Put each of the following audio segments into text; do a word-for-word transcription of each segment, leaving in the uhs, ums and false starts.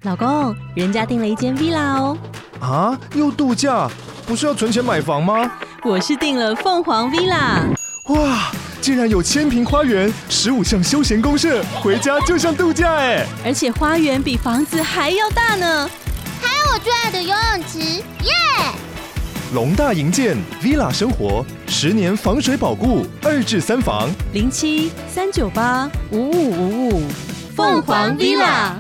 老公，人家订了一间 villa 哦。 啊，又度假？不是要存钱买房吗？ 我是订了凤凰 villa。 哇，竟然有千坪花园，十五项休闲公设，回家就像度假哎！ 而且花园比房子还要大呢。 还有我最爱的游泳池，耶！ 龙大营建 villa 生活，十年防水保固，二至三房， 零七三九八五五五五，凤凰 villa。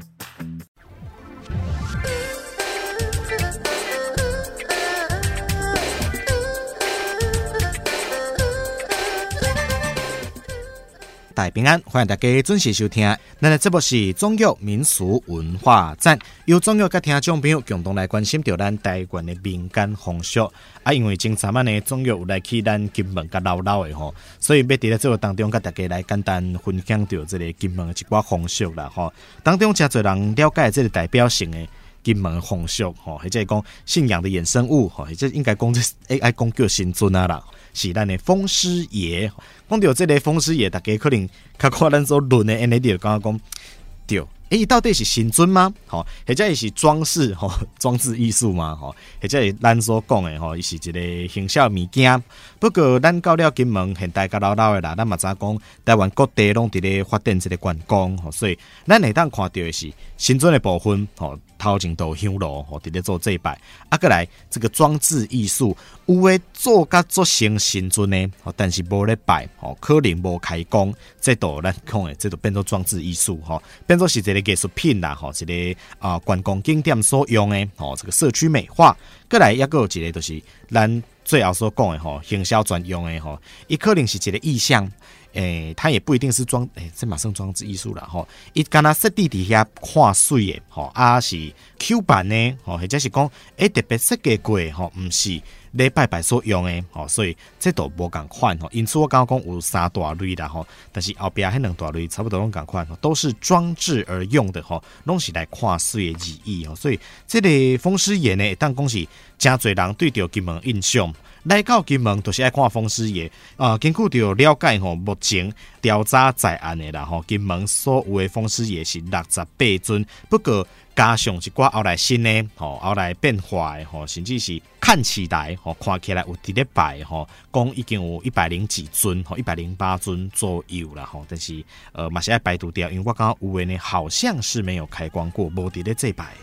大平安，欢迎大家准时收听。咱的节目是中药民俗文化站，由中药甲听众朋友共同来关心到咱台湾的民间风俗啊。因为前昨晚呢，中药有来去咱金门甲老老的吼，所以要伫咧这个当中，甲大家来简单分享到这个金门的一寡风俗啦吼。当中真侪人了解这个代表性的金门风俗吼，或者讲信仰的衍生物吼，或者应该讲这爱爱讲叫神尊啊啦。是咱的风师爷，讲到这个风师爷，大家可能较看咱所论的 N A D 就刚刚讲对，诶、欸，到底是神尊吗？吼，或者是装饰吼，装置艺术吗？吼，或者是咱所讲的吼，伊是一个形象物件。不过咱到了金门现代甲老老的啦，咱嘛知影讲台湾各地拢伫咧发展这个观光，吼，所以咱会当看到的是神尊的部分，吼。头前都香炉吼，伫咧做祭拜，啊，过来这个装置艺术，有诶做甲做成神尊呢，但是无咧拜，吼，可能无开工，这都咱讲诶，这都变做装置艺术，吼，变做是一个艺术品啦，吼，一个啊观光景点所用诶，吼，这个社区美化，过来也个有一个就是咱最后所讲诶，吼，行销专用诶，吼，伊可能是一个意象。诶、欸，它也不一定是装，诶、欸，这马上装置艺术了吼。伊敢若设地底下看水的吼，啊是 Q 版呢，吼，或者是讲诶、欸、特别设计过吼，唔是咧拜拜所用的吼，所以这都无共款吼。因此我刚刚讲有三大类啦吼，但是后边迄两大类差不多拢共款，都是装置而用的吼，拢是来看水的意义吼。所以这个风师爷呢，当讲是真侪人对着金门印象。来到金门都是爱看风师爷啊！根据着了解吼，目前调查在案的啦吼，金门所有的风师爷是六十八尊，不过加上一寡后来新的吼，后来变化的吼，甚至是看起来吼，看起来有伫咧拜吼，讲已经有一百零几尊吼，一百零八尊左右啦吼，但是呃，嘛是爱排除掉，因为我刚刚有的呢，好像是没有开光过，无伫咧这拜。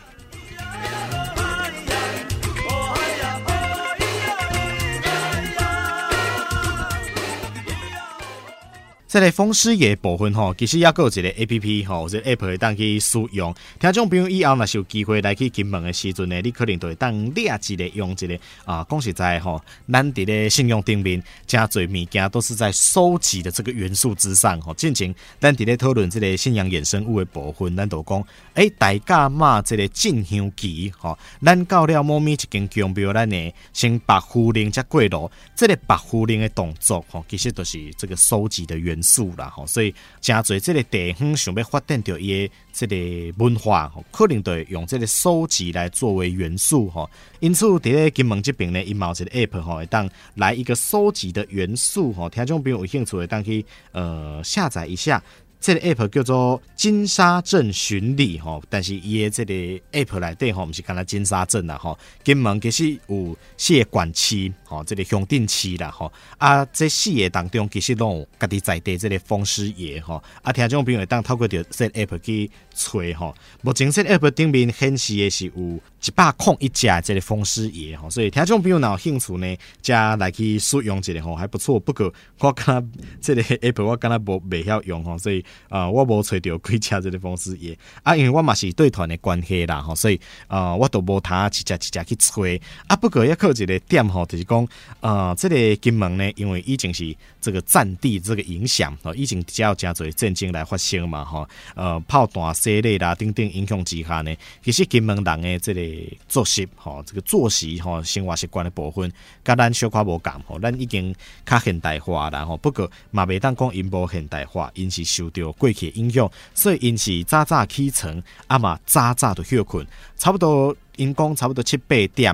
这个风师爷部分吼，其实也有一个 A P P 吼，这 App 会当去使用。听众朋友以后若是有机会来去金门的时阵呢，你可能就会当掠一个用一个啊，讲实在吼，咱伫咧信用顶面，真侪物件都是在收集的这个元素之上吼。进前咱伫咧讨论这个信仰衍生物的部分，咱就讲，诶、欸，大甲妈这个进香期吼，咱到了某咪一间宫庙，咱呢先白呼灵才过路，这个白呼灵的动作吼，其实都是这个收集的元素。数啦吼，所以真侪这个地方想要发展到伊的这个文化吼，可能就用这个收集来作为元素吼。因此，伫咧金门这边呢，伊嘛有一个 app 吼，会当来一个收集的元素吼。听众朋友有兴趣会当去呃下载一下。这个 app 叫做金沙镇巡礼吼，但是伊的这个 app 内底吼，不是干那金沙镇啦吼，金门其实有四个管区吼，这个乡镇区啦吼，啊，这四个当中其实拢有家己在地这个风师爷吼，啊，听众朋友会当透过着这个 app 去找吼，目前这个 app 顶面显示的是有一百空一家这个风师爷吼，所以听众朋友若有兴趣呢，加来去使用一下吼，还不错。不过我敢这个 app 我敢若无袂晓用吼，所以啊、呃，我无找到几只这个风师爷啊，因为我嘛是对团的关系啦吼，所以啊、呃，我都无通一只一只去吹啊。不过也靠一个点吼，就是讲啊、呃，这个金门呢，因为已经是这个战地这个影响哦，已经只有真侪战争来发生嘛吼，呃，炮弹、洗礼啦等等影响之下呢，其实金门人的这个作息吼，这个作息吼，生活习惯的部分，甲咱小可无共吼，咱已经较现代化啦吼。不过嘛，袂当讲因无现代化，因是受到过去的影响，所以因是早早起床，啊嘛早早就休困，差不多因讲差不多七八点。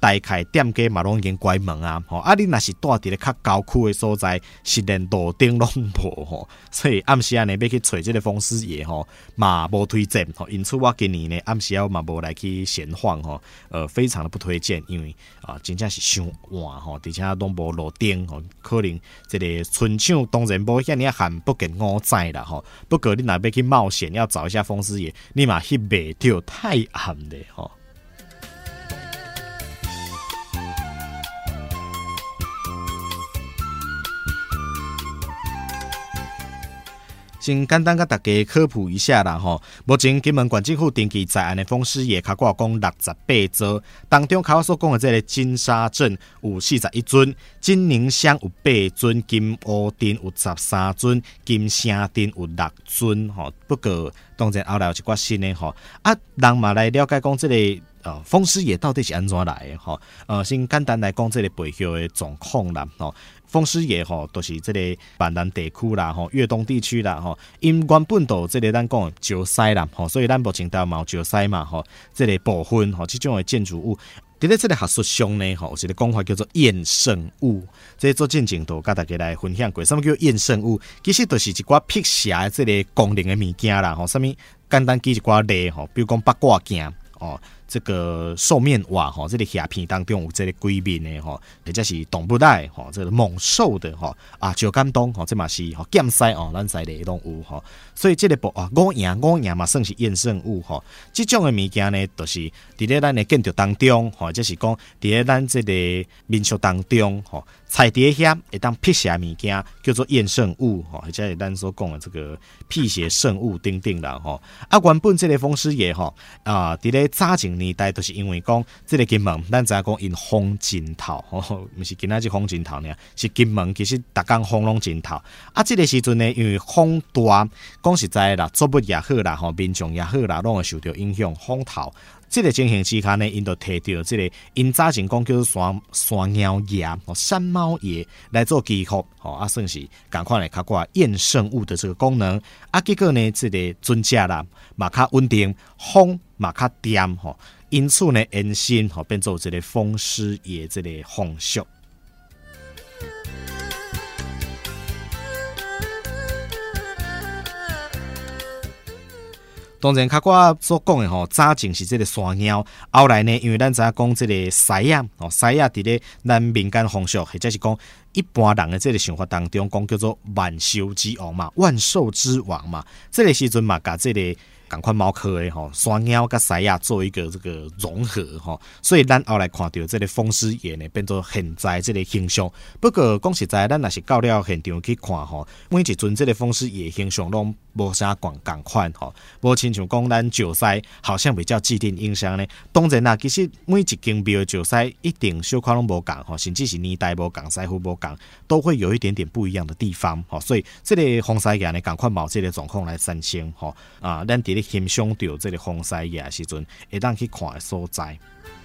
大概店家嘛拢已经关门啊，吼啊你若是住伫咧较郊区的所在，是连路灯拢无吼，所以暗时啊呢要去找这个风师爷吼嘛无推荐吼，因此我今年呢暗时啊嘛无来去闲晃吼，呃非常的不推荐，因为啊真正是伤晚吼，而且拢无路灯吼，可能这个春抢当然无遐尔寒不见五载啦吼，不过你若要去冒险要找一下风师爷，你嘛翕袂到，太暗咧吼。先简单甲大家科普一下啦吼，目前金门县政府登记在案的风师爷，卡挂讲六十八座，当中卡我所讲的这个金沙镇有四十一尊，金宁乡有八尊，金湖镇有十三尊，金城镇有六尊吼。不过当然后来有一寡新的吼，啊，人嘛来了解讲这个。呃，风师爷到底是安怎来的吼？呃，先简单来讲这个背后的状况啦吼。风师爷吼，都、就是这个板南地区啦吼，粤东地区啦吼，因原本都这个咱讲石狮啦吼，所以咱目前台湾嘛有石狮嘛吼，这个部分吼，这种的建筑物，伫咧这个学术上呢吼，有一个讲法叫做厌胜物，这做进前都甲大家来分享过，什么叫厌胜物？其实就是一寡辟邪的这个功能的物件啦吼，什么简单举一寡例吼，比如讲八卦镜哦。这个兽面蛙吼，这个虾片当中有这个鬼面的吼，或者是动物带吼，这个猛兽的吼啊，石敢当吼，这嘛是吼剑狮哦，咱西里拢有吼，所以这个部啊五样五样嘛算是厌胜物吼。这种的物件呢，就是伫咧咱的建筑当中吼，或者是讲伫咧咱这个民俗当中吼，踩伫遐会当辟邪物件叫做厌胜物吼，或者是咱所讲的这个辟邪圣物等等啦吼。啊，原本这个风师爷吼啊，伫咧早前年代都是因为讲这个金门，咱知影讲因风真透，吼，不是今仔日风真透呢，是金门其实逐工风拢真透。啊，这个时阵呢，因为风大，讲实在啦，作物也好啦，吼，民众也好啦，拢会受到影响，风透。这个情形之下呢，因就摕到这个因早前讲叫做山山猫爷、山猫爷来做基础，吼啊，算是赶快来较挂厌胜物的这个功能。啊，结果呢，这个尊者啦，嘛较稳定，风嘛较掂吼，因此呢，延伸吼变做这个风师爷这个风俗。当然，较我所讲的吼，早前是这个山猫，后来呢，因为咱知影讲这个狮仔，哦，狮仔伫咧咱民间风俗，或者是讲一般人的这个想法当中，讲叫做万寿之王嘛，万寿之王嘛，这个时阵嘛，甲这个。赶快猫科的吼，山猫跟狮仔做一个这个融合吼，所以咱后来看到这个风师爷呢，变做现在这个形象。不过讲实在，咱若是到了现场去看吼，每一尊这个风师爷形象拢无啥共共款吼，无亲像讲咱石狮好像比较既定印象呢。当然啦，其实每一间庙的石狮一定小可拢无共吼，甚至是年代无共、师傅无共，都会有一点点不一样的地方吼。所以这个风狮爷呢，赶快冒这个状况来产生吼啊，咱伫咧欣赏到这个风狮爷的时阵，会当去看的所在。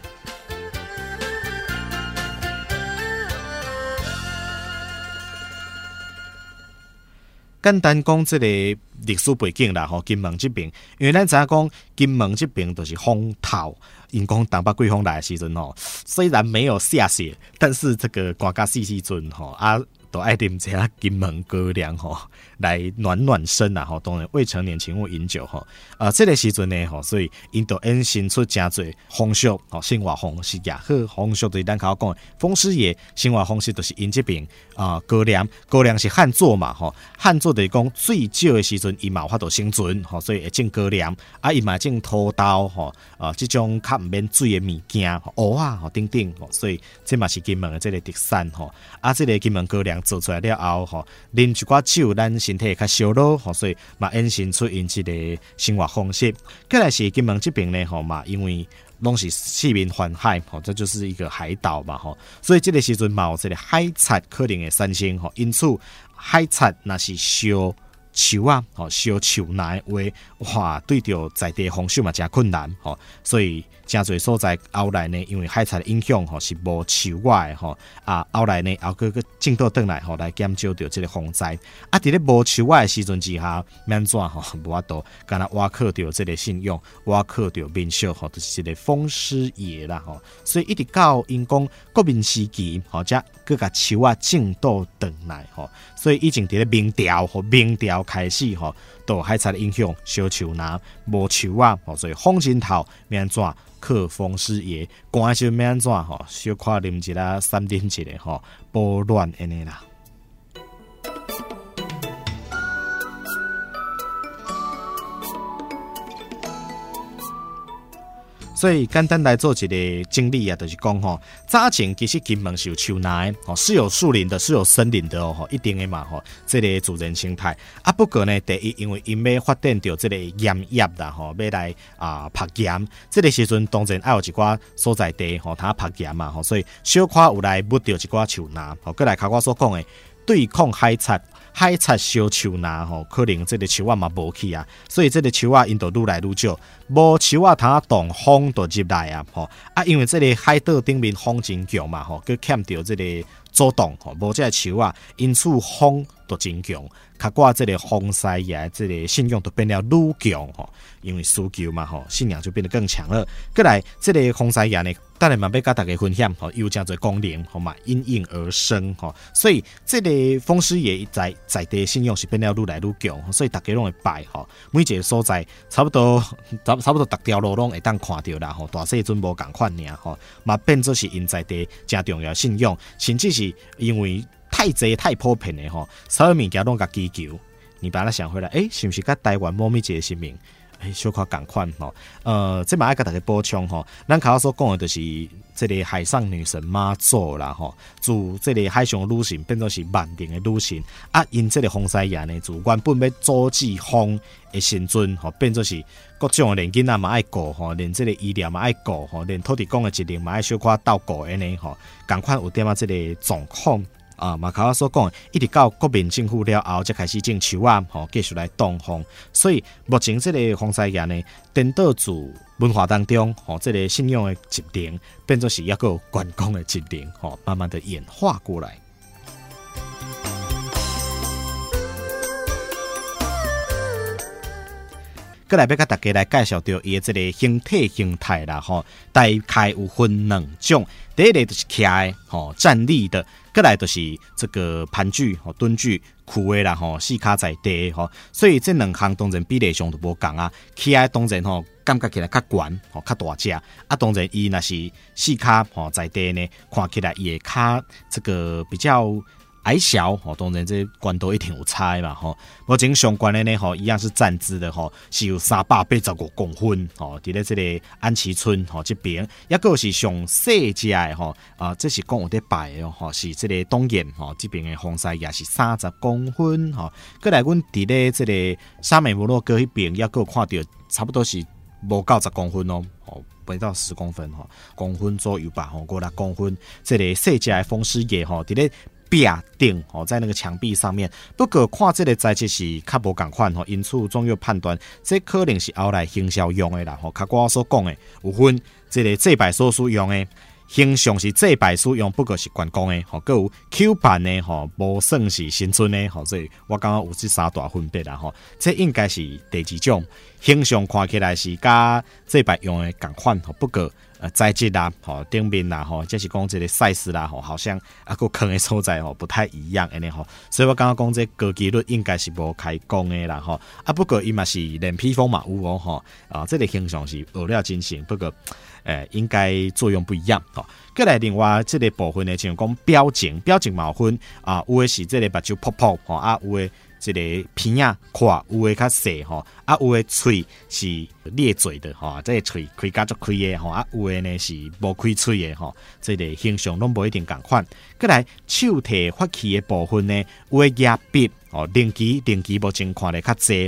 简单讲这个历史背景啦，吼，金门这边，因为咱知影讲金门这边都是风透，因讲东北季风来的时阵吼，虽然没有下雪，但是这个寒甲四时阵吼啊。都爱啉一下金门高粱吼，来暖暖身啦吼。当然未成年请勿饮酒吼。啊，这个时阵呢吼，所以因都衍生出真侪风俗吼，生活方式也好，风俗对咱口讲风师爷生活方式就是因这边啊高粱，高粱是旱作嘛吼，旱作就是讲最少的时阵伊嘛有法度生存吼，所以会种高粱啊，伊嘛种土豆吼啊，这种较唔免水的物件，蚵啊吼等等吼，所以这嘛是金门的这个特产吼。啊，这个金门高粱。做出来了后，吼，啉一寡酒，咱身体会较烧脑，吼，所以嘛衍生出因这个生活方式。再来是金门这边呢，吼嘛，因为拢是四面环海，吼，这就是一个海岛嘛，吼，所以这个时阵嘛有这个海贼可能会产生，吼，因此海贼若是烧树啊，吼烧树苗话，哇，对着在地风水嘛真困难，吼，所以真侪所在后来呢，因为海菜的影响，吼是无树瓦的，吼啊，后来呢，后个个进到转来，吼来减少掉这个风灾。啊，伫咧无树瓦的时阵之下，免怎吼无法度，干那挖靠掉这个信用，挖靠掉民俗，吼就是一个风师爷啦，吼。所以一直到因讲国民时期，吼才佮甲树瓦进到转来，吼。所以以前伫咧明朝吼明朝开始吼，都海菜的影响，烧树苗无树啊，吼，所以风神头免怎靠风师爷，寒时免怎吼，小可啉一啦三点一的吼，保暖安尼啦。所以简单来做一个整理啊，就是讲吼，早前其实金门是有树苗，吼是有树林的，是有森林的哦，一定的嘛吼，这个自然生态。啊，不过呢，第一因为因要发展到这个盐业啦，吼，要来啊拍盐，这个时阵当然要有一寡所在地吼，它拍盐嘛，吼，所以小可有来抹掉一寡树苗，吼，过来靠我所讲的对抗海贼。海贼烧树苗吼，可能这个树啊嘛无去啊，所以这个树啊因就愈来愈少，无树啊它动风就入来啊吼啊，因为这个海岛顶面风真强嘛吼，佮欠着这个阻挡吼，无这个树啊，因此风就真强，较寡这个风师爷这个信用就变了愈强吼，因为需求嘛吼，信仰就变得更强了。过来这个风师爷呢，当然嘛要甲大家分享吼，有真侪功能吼嘛，因应而生吼，所以这个风师爷在在地信用是变了愈来愈强，所以大家拢会拜吼，每一个所在差不多差差不多逐条路拢会当看到啦吼，大细阵无共款尔吼，嘛变做是因在地真重要信用，甚至是因为太济太普遍的吼，所有物件拢甲祈求，你把它想回来，诶、欸，是不是甲台湾某一个神明？诶，小可共款吼，呃，这嘛爱甲大家补充吼，咱头仔所讲的就是这个海上女神妈祖啦吼，自这个海上女神变做是万灵的女神，啊，因这个风师爷呢，自原本要阻止风的神尊吼，变做是各种连囡仔嘛爱顾吼，连这个医疗嘛爱顾吼，连土地公的一灵嘛爱小可斗顾安尼吼，共款有点啊这个状况。啊，马卡所讲，一直到国民政府了后，才开始种树啊，吼，继续来挡风。所以目前这个风师爷呢，颠倒自文化当中，吼，这个信仰的一灵，变作是一个观光的一灵，吼，慢慢的演化过来。过来要甲大家来介绍到伊的这个形体形态啦，吼，大概有分两种，第一类就是徛的，吼，站立的。过来就是这个盘踞、吼蹲踞、徛的啦，吼四脚在地吼，所以这两项当然比例上就无共啊。起来当然吼，感觉起来较悬，吼较大只，啊当然伊若是四脚吼在地呢，看起来也较这个比较矮小吼，当然这高度一定有差嘛吼。目前上悬的呢吼，一样是站姿的吼，是有三百八十五公分吼，伫咧这个安琪村吼这边，抑个是上细只的吼，啊，这是讲有伫拜的吼，是这个东岩吼这边的风师爷是三十公分吼。过来，阮伫咧这个沙美摩洛哥迄边，抑个看到差不多是无九十公分哦，哦，不到十公分吼，公分左右吧吼，过六公分。这个细只的风师爷吼，伫咧壁顶哦，在那个墙壁上面。不过看这个材质是较无共款吼，因此总要判断这可能是后来行销用的啦吼。较我所讲的有分这个祭拜所使用的，形象是祭拜使用，不过是观光的吼，佮有口办的吼，无算是新村的吼，所以我感觉有这三大分别啦吼。这应该是第二种，形象看起来是甲祭拜用的共款吼，不过。呃，材质啦，吼顶面啦，吼，这是讲这个 size 啦，吼，好像啊个坑的所在吼不太一样安尼吼，所以我刚刚讲这高几率应该是无开讲的啦，吼啊不过伊嘛是连披风嘛有哦，吼啊这个形象是学了真行，不过诶、呃、应该作用不一样吼。过来另外这个部分呢，像讲表情，表情嘛有分啊，有的是这个目睭泡泡吼，啊有的。这个鼻啊看有的较细吼，啊有的嘴是咧嘴的吼，这个嘴开甲足开的吼，啊有的呢是无开嘴的吼，这个形象拢无一定共款。过来手提发起的部分呢，有的牙笔哦，零基零基目前看得较济吼，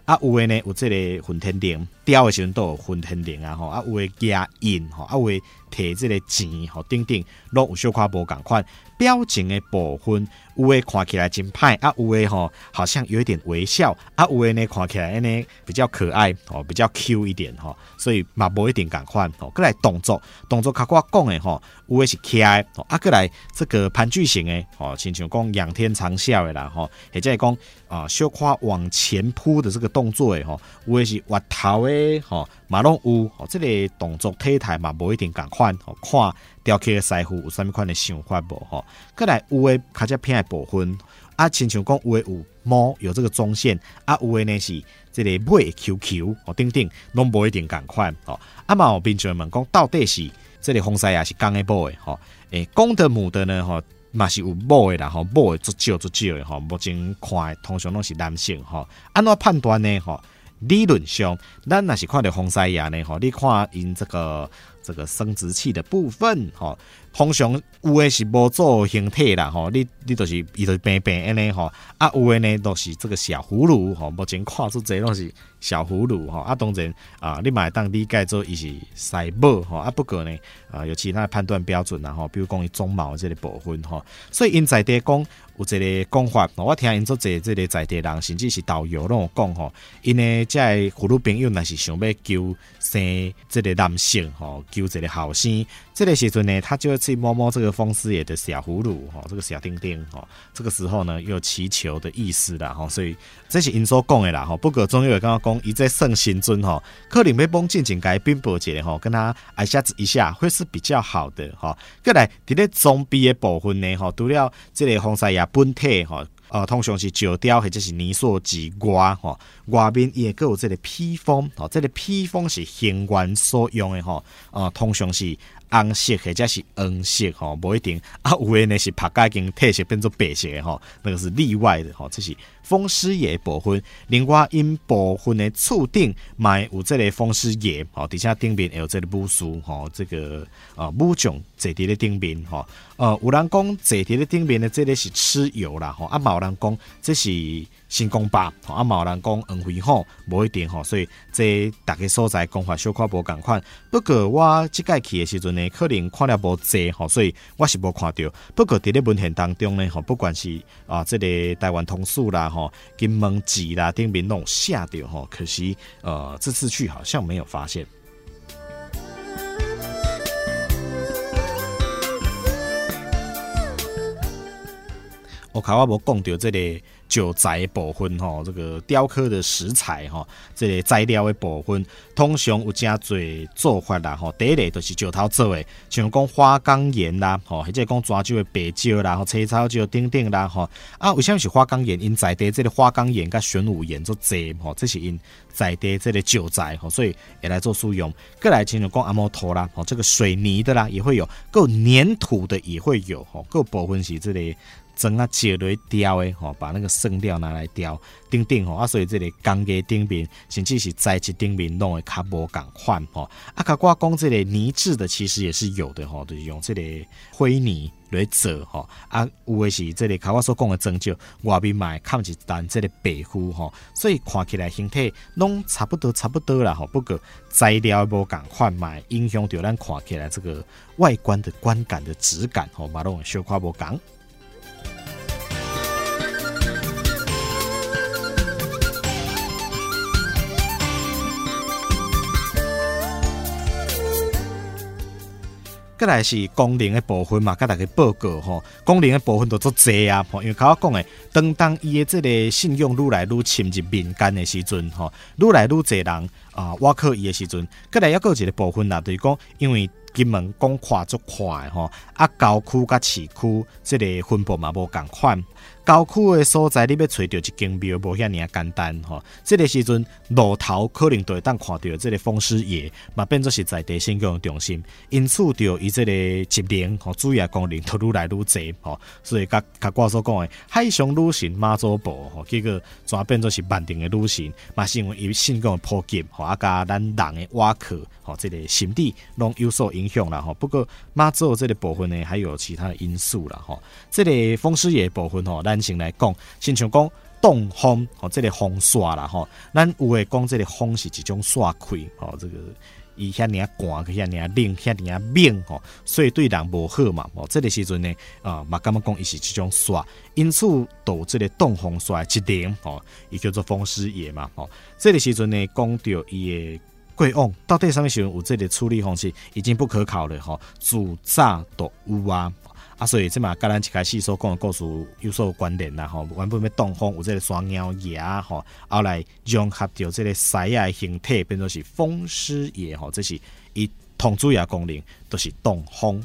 啊有诶呢有这个混天绫，雕的时阵都有混天绫啊吼，啊有诶加印吼，啊有诶摕这个钱吼，等等拢有小可无共款。表情的部分，有诶看起来真歹，啊有诶吼好像有一点微笑，啊有诶呢看起来呢比较可爱吼，比较 Q 一点吼，所以嘛无一定共款吼。过来动作，动作较我讲诶吼，有诶是徛诶，啊过来这个盘踞型诶吼，亲像讲仰天长啸诶啦吼，或者是讲啊小可往前扑的这个动作诶吼，有诶是滑头诶吼，嘛拢有吼，这个动作体态嘛无一定共款吼，看雕刻的师傅有啥物款的想法无吼？过来有诶较只偏的部分，啊，亲像讲有诶有毛有这个中线，啊有诶呢是这个尾 Q Q 哦，等等拢无一定共款吼。啊嘛有编剧问讲，到底是这个风狮爷是公的母的吼？诶，公的母的呢吼，嘛是有母的啦吼，母的足少足少的吼，目前看的通常拢是男性吼。安怎判断呢吼？理论上，咱若是看到风狮爷呢吼，你看因这个。这个生殖器的部分，吼，通常有的是无做形体啦，吼，你你就是伊就是平平安尼吼，啊有的呢都是这个小葫芦，吼，目前看出这拢是小葫芦，吼，啊当然啊，你嘛会当理解做伊是狮母，吼，啊不过呢，啊有其他的判断标准啦，吼，比如讲伊鬃毛这个部分，吼，所以因在地讲有一个讲法，我听因做这这个在地人，甚至是导游拢有讲吼，因呢这妇女朋友若是想要求生这个男性，吼。求一个后生，这个时阵呢，他就会去摸摸这个风狮爷的小葫芦，哈，这个小丁丁，哈，这个时候呢，又有祈求的意思啦，哈，所以这是因所讲的啦，哈。不过中药也刚刚讲，伊在圣行尊，哈，可能要帮静静改并不解哈，跟他挨下子一下会是比较好的，哈。过来，伫咧装逼的部分呢，哈，除了这个风狮爷本体，哈。呃，通常是石雕或者是泥塑之外，吼，外面也个有这个披风，吼，这个披风是行员所用的吼，呃，通常是红色或者是黄色，吼，不一定啊，有的呢是拍甲经褪色变做白色的吼，那个是例外的吼，这是风狮爷部分。另外因部分的厝顶嘛有这个风狮爷，吼，底下顶面也有这个武士，吼，这个呃武将坐伫咧顶面，吼，呃，有人讲坐伫咧顶面的这个是蚩尤啦，吼，啊，嘛有人讲这是新公爸，啊，嘛有人讲黄飞虎，无一定吼，所以这大家所在讲法小可无共款。不过我即届去的时阵呢，可能看了无济吼，所以我是无看到。不过伫咧文献当中呢，吼，不管是啊，这个台湾通史啦，吼，金门志啦，顶面拢写着吼，可惜呃，这次去好像没有发现。我看我无讲到这个石材的部分吼，这个雕刻的石材吼，这个材料的部分，通常有真侪做法啦吼。第一个就是石头做的，像讲花岗岩啦，吼，或者讲泉州的白石啦，吼，青草石等等啦，吼。啊，为什么是花岗岩？因在地这个花岗岩甲玄武岩做济吼，这是因在地这个石材吼，所以也来做使用。过来像讲阿摩头啦，吼，这个水泥的啦也会有，够粘土的也会有，吼，够部分是这个。装啊石来雕的吼，把那个剩料拿来雕，顶顶吼啊，所以这个工艺顶面，甚至是材质顶面弄会较无共款吼。啊，甲我讲这个泥质的其实也是有的吼，就是用这个灰泥来做吼。啊，有的是这个甲我所讲的装石，外面嘛看一层这个白糊吼，所以看起来形体拢差不多差不多啦吼。不过材料无共款嘛，影响到咱看起来这个外观的观感的质感吼，嘛拢会小可无共。再来是功能的部分嘛，甲大家报告吼，功能的部分都足济啊，因为较我讲的，当当伊的这个信用愈来愈深入民间的时阵，吼，愈来愈济人啊，挖靠伊的时阵，再来还有一个部分啦，就是讲，因为金门讲跨足快吼，啊，郊区甲市区这个分布嘛无共款。郊区的所在，你要找到一间庙，无遐尔简单吼。这个时阵，路头可能就会当看到这个风狮爷，嘛变作是在地信仰的中心。因此，就伊这个职能吼，主要功能都愈来愈济吼。所以，甲甲我所讲的海上女神妈祖婆吼，结果转变作是万定的女神，嘛是因为伊信仰的普及吼，啊加咱人的瓦课吼，这个心地拢有所影响啦吼。不过，妈祖这个部分呢，还有其他的因素啦吼。这个风狮爷部分吼，咱先来讲，先像讲冻风吼，这个风刷啦吼，咱有诶讲这个风是一种刷开吼，这个伊遐尔寒，遐尔冷，遐尔猛吼，所以对人无好嘛。吼，这个时阵呢，啊、呃，嘛感觉讲伊是一种刷，因此导这个冻风刷一点吼，伊叫做风师爷嘛。吼，这个时阵呢，讲到伊诶过往到底什么时阵有这个处理方式，已经不可考了吼，自早都有啊。啊，所以这嘛，甲咱一开始所讲的故事有所关联啦吼。原本要冻风有这个双鸟牙吼，后来融合到这个狮的形体，变做是风师爷吼，这是伊同主要功能，都是冻风。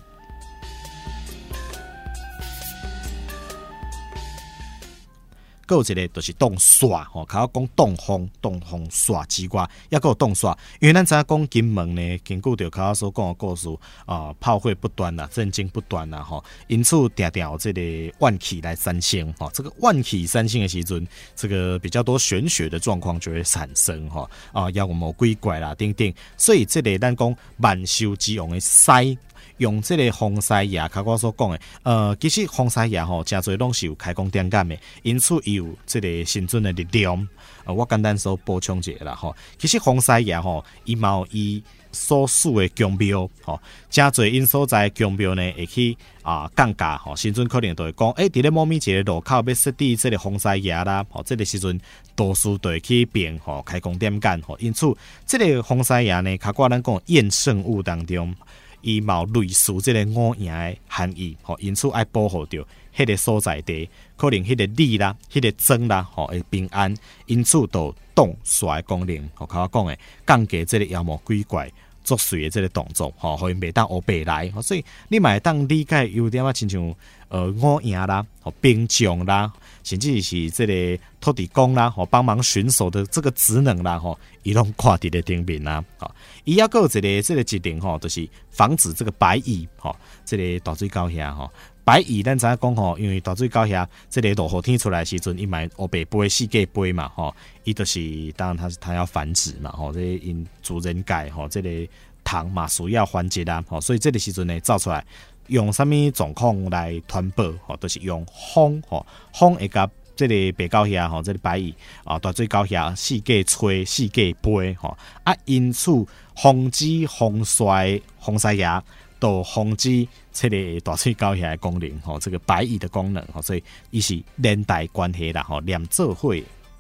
还有一个就是冻煞吼，较讲冻风、冻风煞之外，也有冻煞。因为咱知影讲金门呢，根据着较所讲的故事啊，炮灰不断啦，震惊不断啦吼，因此定定有这个万气来三星吼。这个万气三星的时阵，这个比较多玄学的状况就会产生吼啊，妖魔鬼怪啦等等。所以这个咱讲万寿之王的狮。用这个风狮爷，较我所讲的，呃，其实风狮爷吼，真侪拢是有开光点感的，因此伊有这个神尊的力量。呃，我简单所补充一下啦吼。其实风狮爷吼，伊嘛有伊所属的宫庙吼，真侪因所在的宫庙呢，会去啊降价吼。神尊可能都会讲，诶、欸，伫咧某咪一个路口要设置这个风狮爷啦，吼，这个时阵多数都会去变吼开光点感吼。因此，这个风狮爷呢，较我咱讲验圣物当中。伊嘛类似这个五行的含义，吼，因此爱保护着迄个所在地，可能迄个利啦、迄个增啦，吼会平安，因此都冻煞的功能，吼，较我讲的降低这个妖魔鬼怪作祟的这个动作，吼，互因袂当黑白来，所以你嘛会当理解有点啊，亲像呃五行啦、吼兵将啦，甚至是这个土地公啦，吼帮忙巡守的这个职能啦，吼，伊拢看伫咧顶面啦，吼，伊还有一个这个职能吼，就是防止这个白蚁，吼，这个大水沟遐吼。白蚁咱知影讲吼，因为大水沟遐这个落雨天出来的时阵，伊买黑白飞、四界飞嘛吼，伊就是当然它是它要繁殖嘛吼，这因主人界吼，这个糖嘛需要繁殖啦吼，所以这个时阵呢造出来用什么状况来传播吼，都、就是用风吼，风会甲这个白狗遐吼，这个白蚁啊大水沟遐四界吹、四界飞吼啊，因此防止风衰、风狮爷。都防止这个大水沟遐的功能吼，这个白蚁的功能吼，所以伊是连带关系啦吼，连做伙。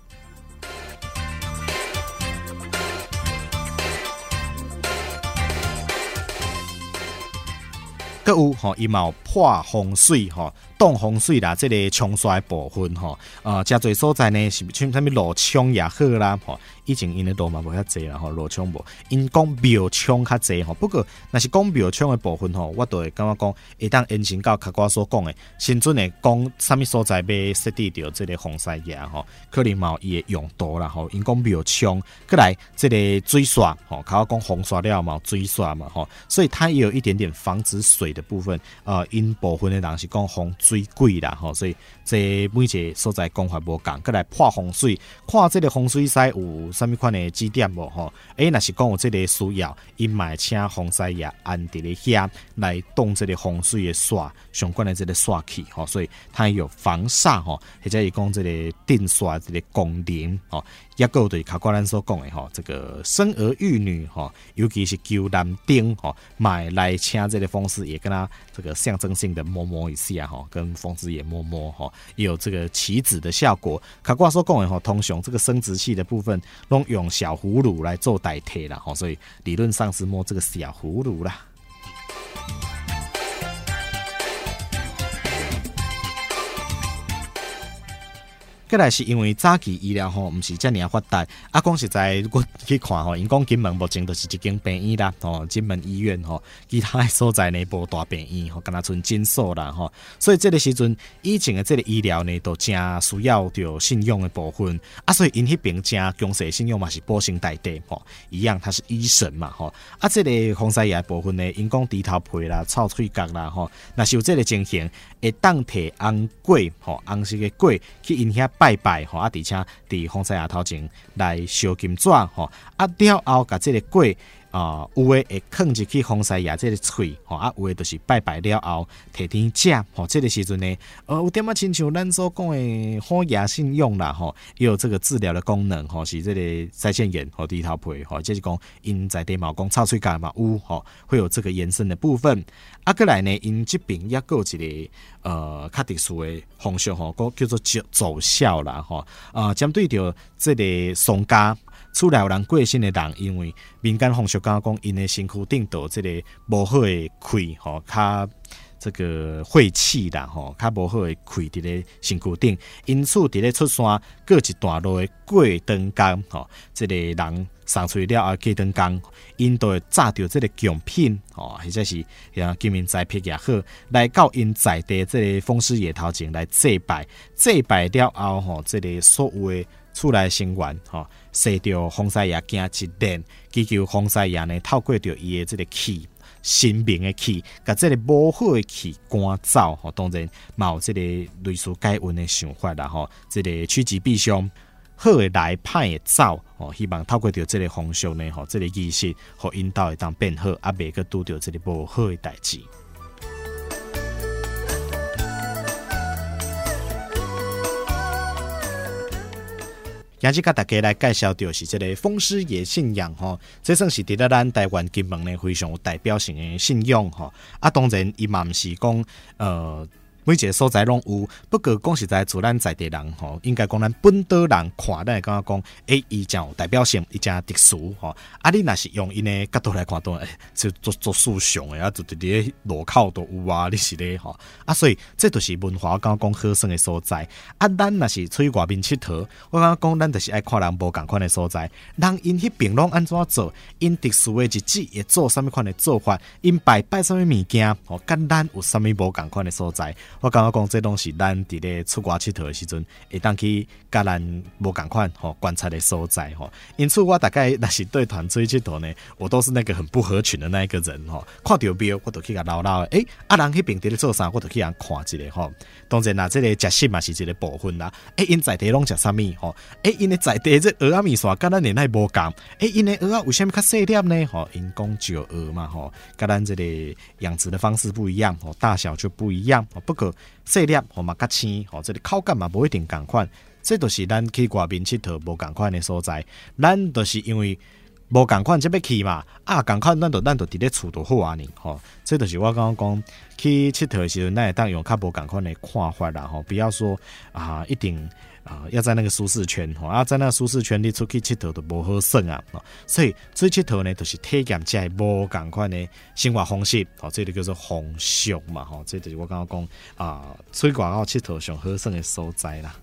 阁有吼，伊嘛有破风水吼，挡风水啦，这个冲刷的部分吼，呃，真侪所在呢是像啥物路冲也好啦吼。以前因的路嘛无遐济啦吼，路冲无，因讲庙冲较济吼。不过，若是讲庙冲的部分吼，我都会感觉讲，会当延伸到较我所讲的，新阵的讲啥物所在要设置到这个风狮爷吼，可能嘛有伊的用途啦吼。因讲庙冲，过来这个水刷吼，较我讲风刷了嘛，水刷嘛吼，所以它也有一点点防止水的部分。呃，因部分的人是讲风水鬼啦吼，所以这每一个所在讲法无共，过来破风水，看这个风水师有什么款的指点无吼？诶，若是讲有这个需要，因嘛请风狮爷安伫咧遐来动这个风水的煞相关的这个煞气吼，所以它有防煞吼，或者是讲这个定煞这个功能吼，也有对卡瓜咱所讲的吼，这个生儿育女吼，尤其是求男丁吼，买来请这个风师爷跟他这个象征性的摸摸一下吼，跟风师爷摸摸吼，也有这个祈子的效果。卡瓜所讲的吼，通常这个生殖器的部分。拢用小葫芦来做代替啦，吼，所以理论上是摸这个小葫芦啦。过来是因为早期医疗吼，毋是遮尔发达。啊，讲实在，我去看吼，因讲金门目前就是一间病院啦，吼，金门医院吼，其他的所在呢无大病院吼，敢若剩诊所啦吼。所以这个时阵，以前的这个医疗呢，都真需要着信用的部分。啊，所以因迄边真强势信用嘛是保险代替吼，一样他是医生嘛吼。啊，这个风狮爷部分呢，因讲猪头皮啦、臭喙角啦吼，若是有这个情形，会当摕红果吼，红色的果去因遐。拜拜吼，啊，而且伫风狮爷头前来烧金纸吼，啊了后，甲这个果啊、呃，有诶会放入去风狮爷这个喙，吼啊，有诶就是拜拜了后摕天食，吼，这个时阵呢，呃，有点仔亲像咱所讲诶好牙信用啦，吼，也有这个治疗的功能，吼，是这个腮腺炎和低头皮，吼，就是讲因在地毛讲臭喙干嘛有，吼，会有这个延伸的部分。啊，过来呢，因这边也有一个呃较特殊的方式，吼，个叫做走孝啦，吼，啊，针对着这个丧家。厝内有人过身的人，因为民间风俗讲讲，因的身躯顶头这个无好的气，吼，较这个晦气啦，吼，较无好的气伫咧身躯顶，因此伫咧出山过一段路的过灯工，吼，这个人送出了后过灯工，因都会炸掉这个奖品，吼，或者是像金银财帛也好，来到因在地这个风狮爷头前来祭拜，祭拜了后，吼，这个所有的厝内成员，吼。说着风狮爷行一念，祈求风狮爷呢透过着伊的这个气，神明的气，甲这个无好的气赶走，吼，当然嘛有这个类似改运的想法啦，吼，这个趋吉避凶，好的来，歹的走，吼，希望透过着这个方式呢，吼，这个仪式，互引导会当变好，啊，袂去拄着这个无好的代志。今日甲大家来介绍到是这个风狮爷信仰吼，这算是伫咧咱台湾金门呢非常有代表性的信仰吼。啊，当然伊嘛毋是讲呃。每一个所在拢有，不过讲实在，自咱在地人吼，应该讲咱本岛人看，咱会感觉讲，诶，伊真有代表性，伊真特殊吼。啊，你若是用因的角度来看，当然就做做素常的啊，就伫咧路口都有啊，你是咧吼。啊，所以这就是文化，我感觉讲好耍的所在。啊，咱若是出去外面佚佗，我感觉讲咱就是爱看人无共款的所在。人因迄边拢安怎做？因特殊的日子会做啥物款的做法？因拜拜啥物物件？吼，跟咱有啥物无共款的所在？我感觉讲，这拢是咱伫咧出国佚佗的时阵，会当去甲咱无共款吼观察的所在吼。因此，我大概若是对团出去佚佗呢，我都是那个很不合群的那一个人吼。看到庙，我就去甲唠唠的，诶、欸，啊人迄边伫咧做啥，我就去人看一下吼。当然啦，这个食食嘛是一个部分啦。诶、欸，因在地拢食啥物吼？诶、欸，因的在地这蚵仔面线，甲咱年代无共。诶、欸，因的蚵仔为虾米较细粒呢？吼，因讲石蚵嘛吼，甲咱这个养殖的方式不一样，吼，大小就不一样。不过细粒吼嘛较青，吼，这个口感嘛无一定共款，这都是咱去外面佚佗无共款的所在。咱都是因为无共款，才要去嘛，啊共款，咱就咱就伫咧厝就好啊呢，吼。这都是我刚刚讲去佚佗的时候，咱会当用较无共款的看法啦，吼，不要说啊一定。啊，要在那个舒适圈，吼，啊，在那个舒适圈里出去佚佗就无好耍啊，所以出去佚佗呢，就是体验这无共款的生活方式，吼，这就叫做风俗嘛，吼，这就是我刚刚讲啊，出去外口佚佗上好耍的所在啦。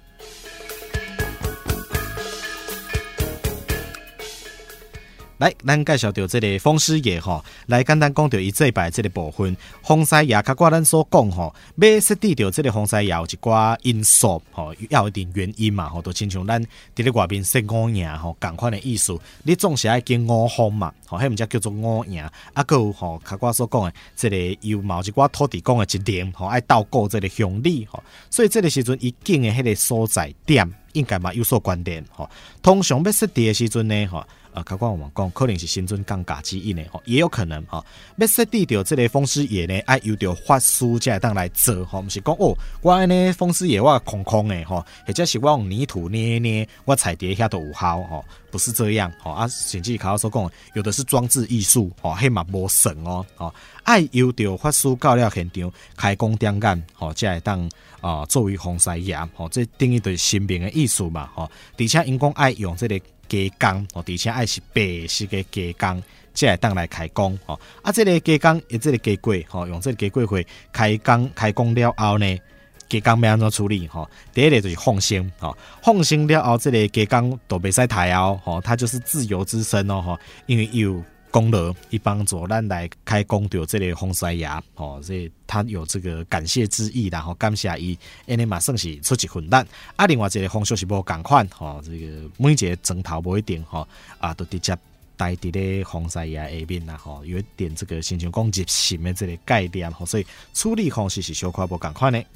来，咱介绍到这个风狮爷吼，来简单讲到伊祭拜这个部分。风狮爷，较寡咱所讲吼，要设定到这个风狮爷有一寡因素吼，要有一定原因嘛吼，就亲像咱伫咧外面说五营吼，共款的意思，你总是爱经五方嘛，吼，迄毋则叫做五营。啊，个有吼，较寡所讲的，这个有某一寡土地公的一念吼，爱倒过这个乡里吼，所以这个时阵伊经的迄个所在点，应该嘛有所关联吼。通常要设定的时阵呢吼。呃，较我们讲，可能是新春降价之一呢，吼，也有可能哈。要设定到这个风狮爷呢，爱由着法师才会当来做，吼，毋是讲哦，我安尼风狮爷我空空的吼，或者是我用泥土捏捏，我彩蝶遐都有效，吼，不是这样，吼啊，甚至考所讲，有的是装置艺术，吼，迄嘛无算哦，吼，爱由着法师到了现场开工点眼，吼，才会当啊、呃、作为风狮爷，吼，这等于就是神明的艺术嘛，吼，而且因讲爱用这个。加工哦，而且爱是白色的加工，才会当来开工哦。啊，这个加工，诶，这个加过吼，用这个加过会开工开工了后呢，加工要安怎处理吼？第一个就是放生吼，放生了后，这个加工都袂使抬哦，吼，它就是自由之身哦，吼，因为有功劳，伊帮助咱来开工到这个风狮爷哦，所以他有这个感谢之意啦，吼，感谢伊，安尼嘛算是出一份力。啊，另外一个风俗是无共款，吼，这个每一个砖头无一定，吼，啊，都直接带伫咧风狮爷下面啦，吼，有一点这个亲像讲入心的这个概念，吼，所以处理方式是小可无共款的。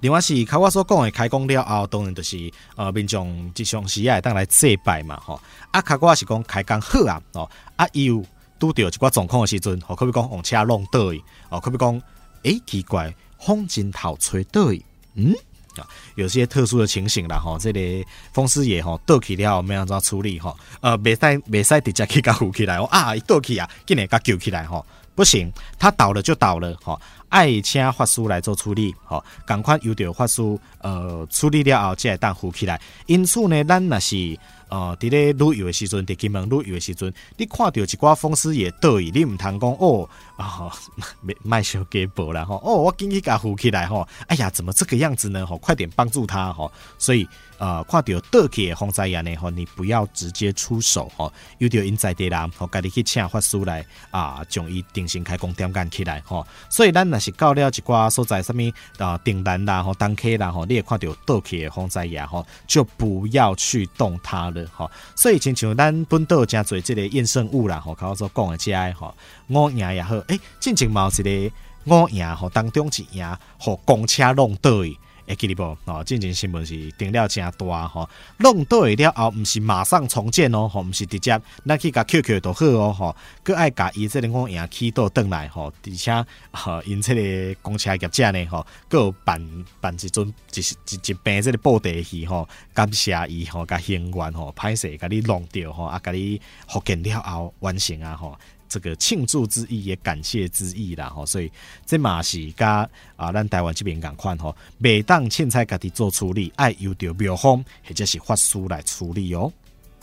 另外是较我所讲的开工了后，当然就是呃民众即常时也会当来祭拜嘛吼。啊，较我是讲开工好啊，哦啊伊有拄着一寡状况的时阵，吼可比讲往车弄倒去，哦可比讲诶奇怪，风真头吹倒去，嗯。啊，有些特殊的情形啦，吼，这个风师爷吼倒去了后，要安怎处理吼？呃，袂使袂使直接去甲扶起来哦，啊，伊倒去啊，竟然甲救起来吼，不行，他倒了就倒了吼，爱请法师来做处理吼，赶快由着法师呃处理了后，才会当扶起来。因此呢，咱若是呃，伫咧旅游的时阵，伫金门旅游的时阵，你看到一寡风师爷倒去，你唔通讲哦啊，卖小给报啦吼，哦，我紧去甲扶起来吼，哎呀，怎么这个样子呢？吼，快点帮助他吼，所以呃，看到倒去的风灾呀呢吼，你不要直接出手吼，有着因在地人吼，家己去请法师来啊，将伊定性开工点干起来吼，所以咱若是到了一寡所在什么啊订单啦吼、单 K 啦吼，你也看到倒去的风灾呀吼，就不要去动它了。所以亲像咱本岛真侪这个验圣物啦，吼，靠所讲的这个吼，五营也好，诶、欸，进前嘛有一个五营吼当中一营，吼公车弄倒去，会记得无？哦，进前新闻是定了真大吼，弄倒去了后，唔是马上重建哦，吼，唔是直接咱去甲 Q Q 就好哦，吼，佮爱甲伊这个五营起倒转来吼，而且吼因这个公车业者呢，吼，佮有办办一阵一一一病这个布地去吼，感谢伊吼，甲行员吼，歹势甲你弄掉吼，啊，甲你复建了后完成啊吼。这个庆祝之意也感谢之意啦吼，所以这嘛是甲啊咱台湾这边共款吼，袂当凊彩家己做处理，爱由着庙方或者是法师来处理哦。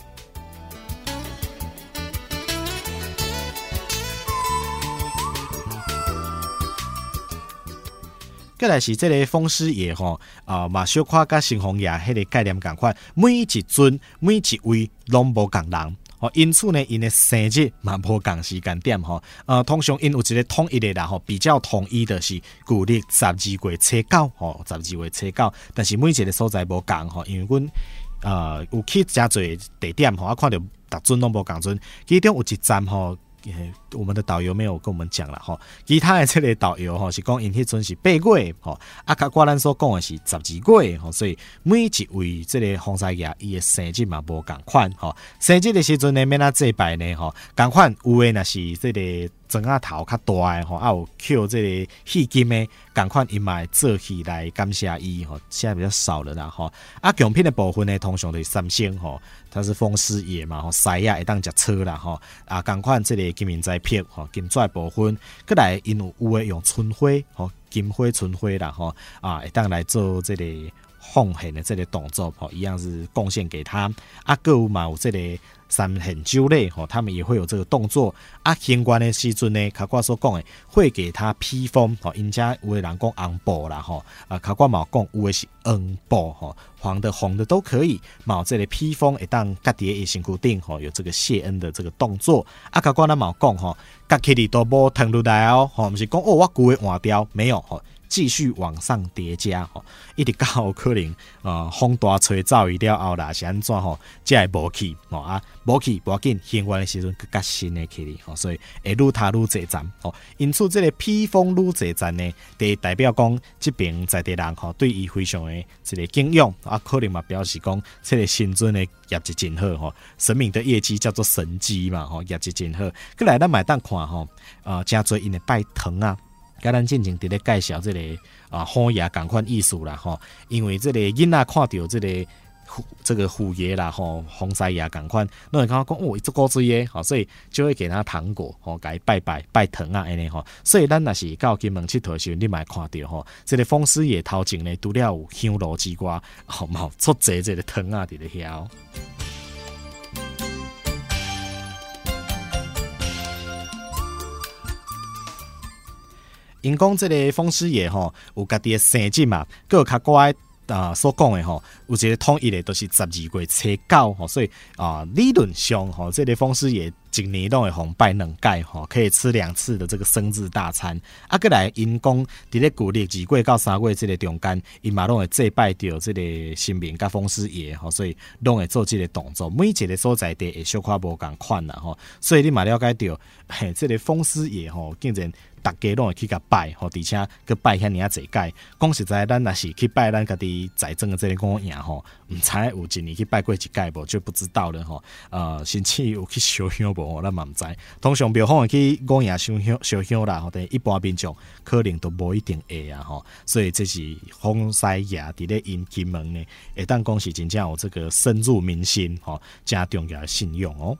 再来是这个风师爷吼，啊嘛小可甲新红爷迄个概念共款，每一尊每一位拢无共人。哦，因此呢，因的生日嘛无共时间点吼，呃，通常因有一个统一的啦吼，比较统一的是旧历十二月初九吼，十二月初九，但是每一个所在无共吼，因为阮呃有去真侪地点吼，啊看到逐尊拢无共尊，其中有一站吼。我们的导游没有跟我们讲了哈，其他的这个导游哈是讲因迄阵是八月哈，啊，甲我咱所讲的是十二月哈，所以每一位这个风师爷伊的生日嘛无共款哈，生日的时阵呢，免哪祭拜呢哈，共款有的那是这个庄仔头较大的吼，啊有扣这个戏金的，共款伊嘛做起来感谢伊吼，现在比较少了啦吼，啊，奖品的部分呢，通常就是三星吼，它是风师爷嘛吼，西亚会当食车啦吼，啊，共款这个金银财票吼，金纸部分，过来因有有的用春花吼，金花春花啦吼，啊，会当来做这个奉献的这个动作吼，一样是贡献给他，啊，各有嘛有这个。三很酒类吼，他们也会有这个动作啊。行官的时阵呢，卡瓜所讲的会给他披风吼，人家有的人讲红布啦吼，啊卡瓜嘛讲有的是黄布吼，黄的红的都可以。嘛这个披风会当家己的身躯顶吼，有这个谢恩的这个动作啊。卡瓜咱嘛讲吼，家起哩都无腾落来哦，吼，不是讲哦我旧的换掉没有吼。继续往上叠加吼，一直到可能呃风大吹走伊了后啦，是安怎吼？才会无去吼啊，无去无要紧，行完的时阵更加新的起哩吼，所以会愈踏愈济站吼。因此，这个披风愈济站呢，就代表讲这边在地人吼对伊非常的这个敬仰啊，可能嘛表示讲这个新尊的业绩真好吼，神明的业绩叫做神迹嘛吼，业绩真好。过来咱买当看吼，呃，真侪因的拜堂啊。甲咱进前伫咧介绍这个啊虎爷共款艺术啦吼，因为这个囡仔看到这个这个虎爷啦吼，风师爷共款，那人讲讲哦，这古锥耶，好，所以就会给他糖果吼，给他拜拜拜糖啊安尼吼，所以咱若是到金门佚佗时，你嘛看到吼，这个风师爷头前呢，除了有香炉之外，吼嘛出侪这个糖啊伫咧遐。因讲这个风师爷吼，有家己的生日嘛，佮有较乖啊所讲的吼，有一个统一的都是十二月初九吼，所以啊理论上吼，这个风师爷一年拢会红拜两届吼，可以吃两次的这个生日大餐。啊，过来因讲伫咧旧历二月到三月这个中间，因嘛拢会祭拜着这个神明甲风师爷吼，所以拢会做这个动作。每一个所在地会小可无共款啦吼，所以你嘛了解到，嘿，这个风师爷吼，竟然大家拢会去甲拜吼，而且去拜遐尔啊济届。讲实在，咱若是去拜咱家己财政的这个五爷吼，毋知有一年去拜过一届无，就不知道了吼。呃，甚至有去烧香无吼，咱嘛毋知。通常庙方会去五爷烧香烧香啦，吼，但一般民众可能都无一定会啊吼。所以这是风师爷伫咧因金门呢，会当讲是真正有这个深入民心吼，真重要的信用哦。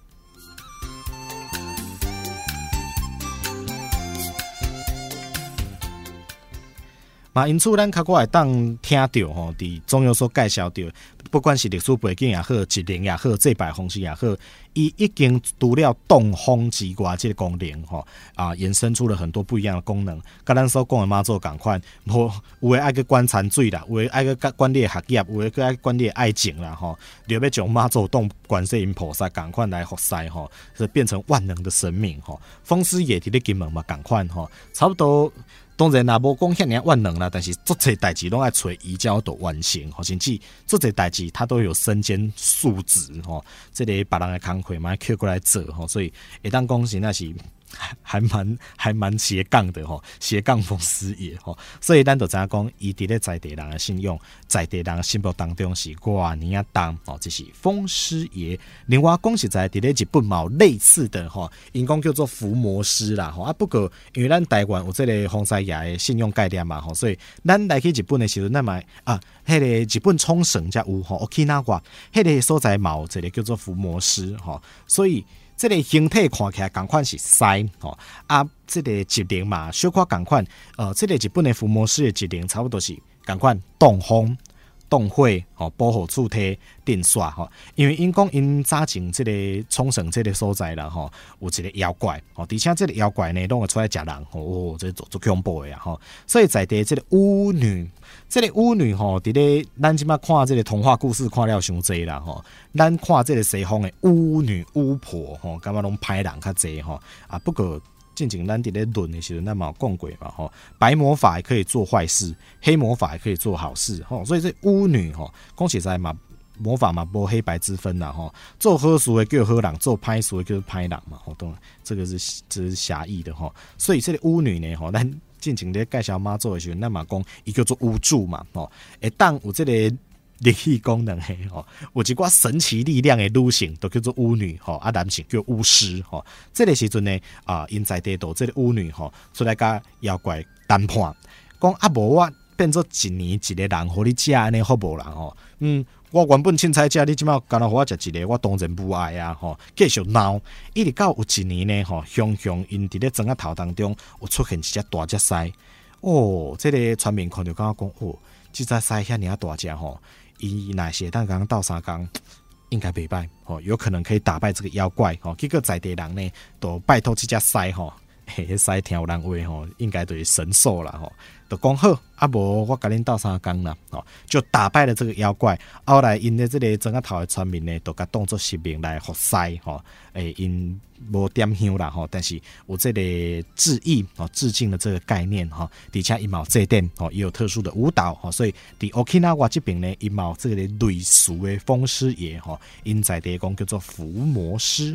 嘛，因此咱较我会当听到吼，伫中央所介绍到，不管是历史背景也好，职能也好，祭拜方式也好，伊已经除了动风之外，这个功能吼啊，衍生出了很多不一样的功能。甲咱所讲的妈祖共款，无有诶爱去管残水啦，有诶爱去管你的学业，有诶去爱管你的爱情啦吼，就要将妈祖当观世音菩萨共款来服侍吼，是变成万能的神明吼。风师爷伫咧金门嘛共款吼，差不多。当然啦，无讲遐尔万能啦，但是做这代志拢爱找伊才有完成，吼，甚至做这代志他都有身兼数职吼，这个别人的工课嘛捡过来做吼，所以会当讲是那是。还蛮还蛮斜杠的吼，斜杠风师爷吼，所以咱就知影讲，伊伫咧在地人的信用，在地人的心目当中是偌尼啊重哦，这是风师爷。另外讲实在，伫咧日本嘛有类似的吼，因讲叫做伏魔师啦吼啊。不过因为咱台湾有这个风师爷的信用概念嘛吼，所以咱来去日本的时候，咱嘛啊，迄、那个日本冲绳才有吼 ，Okinawa 迄个所在嘛有一个叫做伏魔师吼，所以。这个形体看起来同款是狮吼，啊，这个职能嘛小可同款，呃，这个日本的伏魔师的职能差不多是同款动风、动火、吼保护厝体、电刷吼，因为因讲因早前这个冲绳这个所在啦吼，有一个妖怪吼，而且这个妖怪呢，拢会出来食人吼，哦，这做做恐怖的啊吼，所以在地这个巫女。这个巫女吼，伫咧咱即马看这个童话故事看了伤济啦吼，咱看这个西方的巫女巫婆吼，感觉拢歹人较济吼啊。不过进前咱伫咧论的时候，咱嘛有讲过嘛吼，白魔法也可以做坏事，黑魔法也可以做好事吼，所以这巫女吼，讲实在嘛，魔法嘛无黑白之分啦吼，做好事的叫好人，做歹事的叫歹人嘛吼，当然这个是这是狭义的吼，所以这个巫女呢吼，咱。进前咧介绍妈祖的时候，咱嘛讲伊叫做巫祝嘛，吼，会当有这个灵异功能的吼，有一寡神奇力量的女性都叫做巫女吼，啊男性叫巫师吼。这个时阵呢，啊因在地度这个巫女吼出来甲妖怪谈判，讲啊无我变做一年一个人，互你食安尼好无人吼，嗯。我原本凊彩食，你即马干那互我食一个，我当然不爱啊！吼，继续闹，一直到有一年呢，吼，雄雄因伫咧庄仔头当中有出现一只大只狮，哦，这个村民看着感觉讲，哦，这只狮遐尔大只吼，伊若是当刚斗三工，应该袂歹，吼，有可能可以打败这个妖怪，吼，结果在地人呢，都拜托这只狮吼。嘿，使听有人话吼，应该就是神兽啦吼，就讲好啊，无我甲恁斗三工啦，吼，就打败了这个妖怪。后来因的这个庄仔头的村民呢，都甲当作神明来服侍吼，诶，因无点香啦吼，但是有这个致意吼，致敬的这个概念吼，而且因嘛有祭典吼，也有特殊的舞蹈吼，所以伫 Okinawa 这边呢，因嘛有这个类似的风师爷吼，因在地讲叫做伏魔师。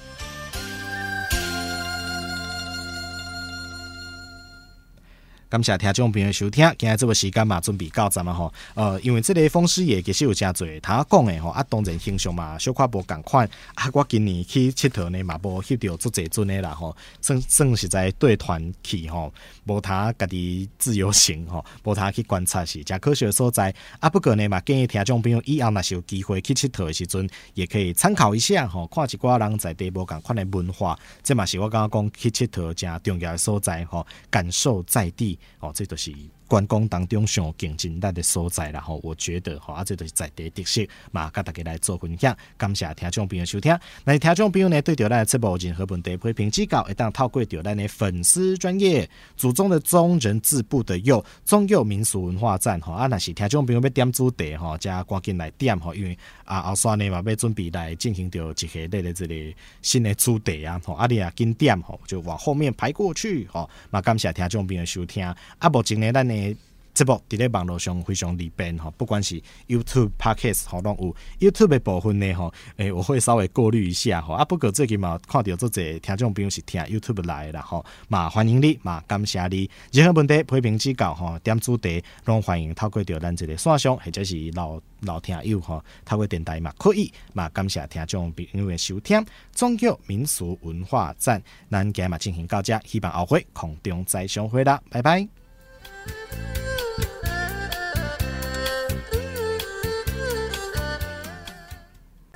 感谢听众朋友收听，今日这个时间嘛，准备到站嘛吼。呃，因为这个风师爷其实有真侪他讲的吼，啊，当然形象嘛，小可无共款。啊，我今年去佚佗呢嘛，无翕到足侪阵的啦吼。算算是在对团去吼，无他家己自由行吼，无他去观察是真可惜的所在。啊，不过呢嘛，建议听众朋友以后若是有机会去佚佗的时阵，也可以参考一下吼，看一寡人在地无共款的文化，这嘛是我刚刚讲去佚佗真重要的所在吼，感受在地。哦，这就是观光当中上竞争力的所在啦吼，我觉得吼啊，这就是在地特色嘛，甲大家来做分享。感谢听众朋友收听。那听众朋友呢，对着咱的节目有任何问题批评指教，会当透过着咱的粉丝专页祖宗的宗人字部的佑宗佑民俗文化站吼啊，若是听众朋友要点主题吼，加赶紧来点吼，因为啊后续呢嘛要准备来进行着一系列的这个新的主题啊吼，啊你啊紧点吼，就往后面排过去吼。嘛感谢听众朋友收听。啊，目前呢，咱的节目伫咧网络上非常利便吼，不管是 YouTube、Podcast 吼，拢有 YouTube 的部分呢吼，诶、欸，我会稍微过滤一下吼。啊，不过最近嘛看到做侪听众朋友是听 YouTube 来的啦吼，嘛欢迎你，嘛感谢你。任何问题批评指教吼，点主题拢欢迎透过着咱这个线上或者是老老听友吼，透过电台嘛可以。嘛感谢听众朋友的收听。宗教民俗文化站，咱今日嘛进行到这，希望后会空中再相会啦，拜拜。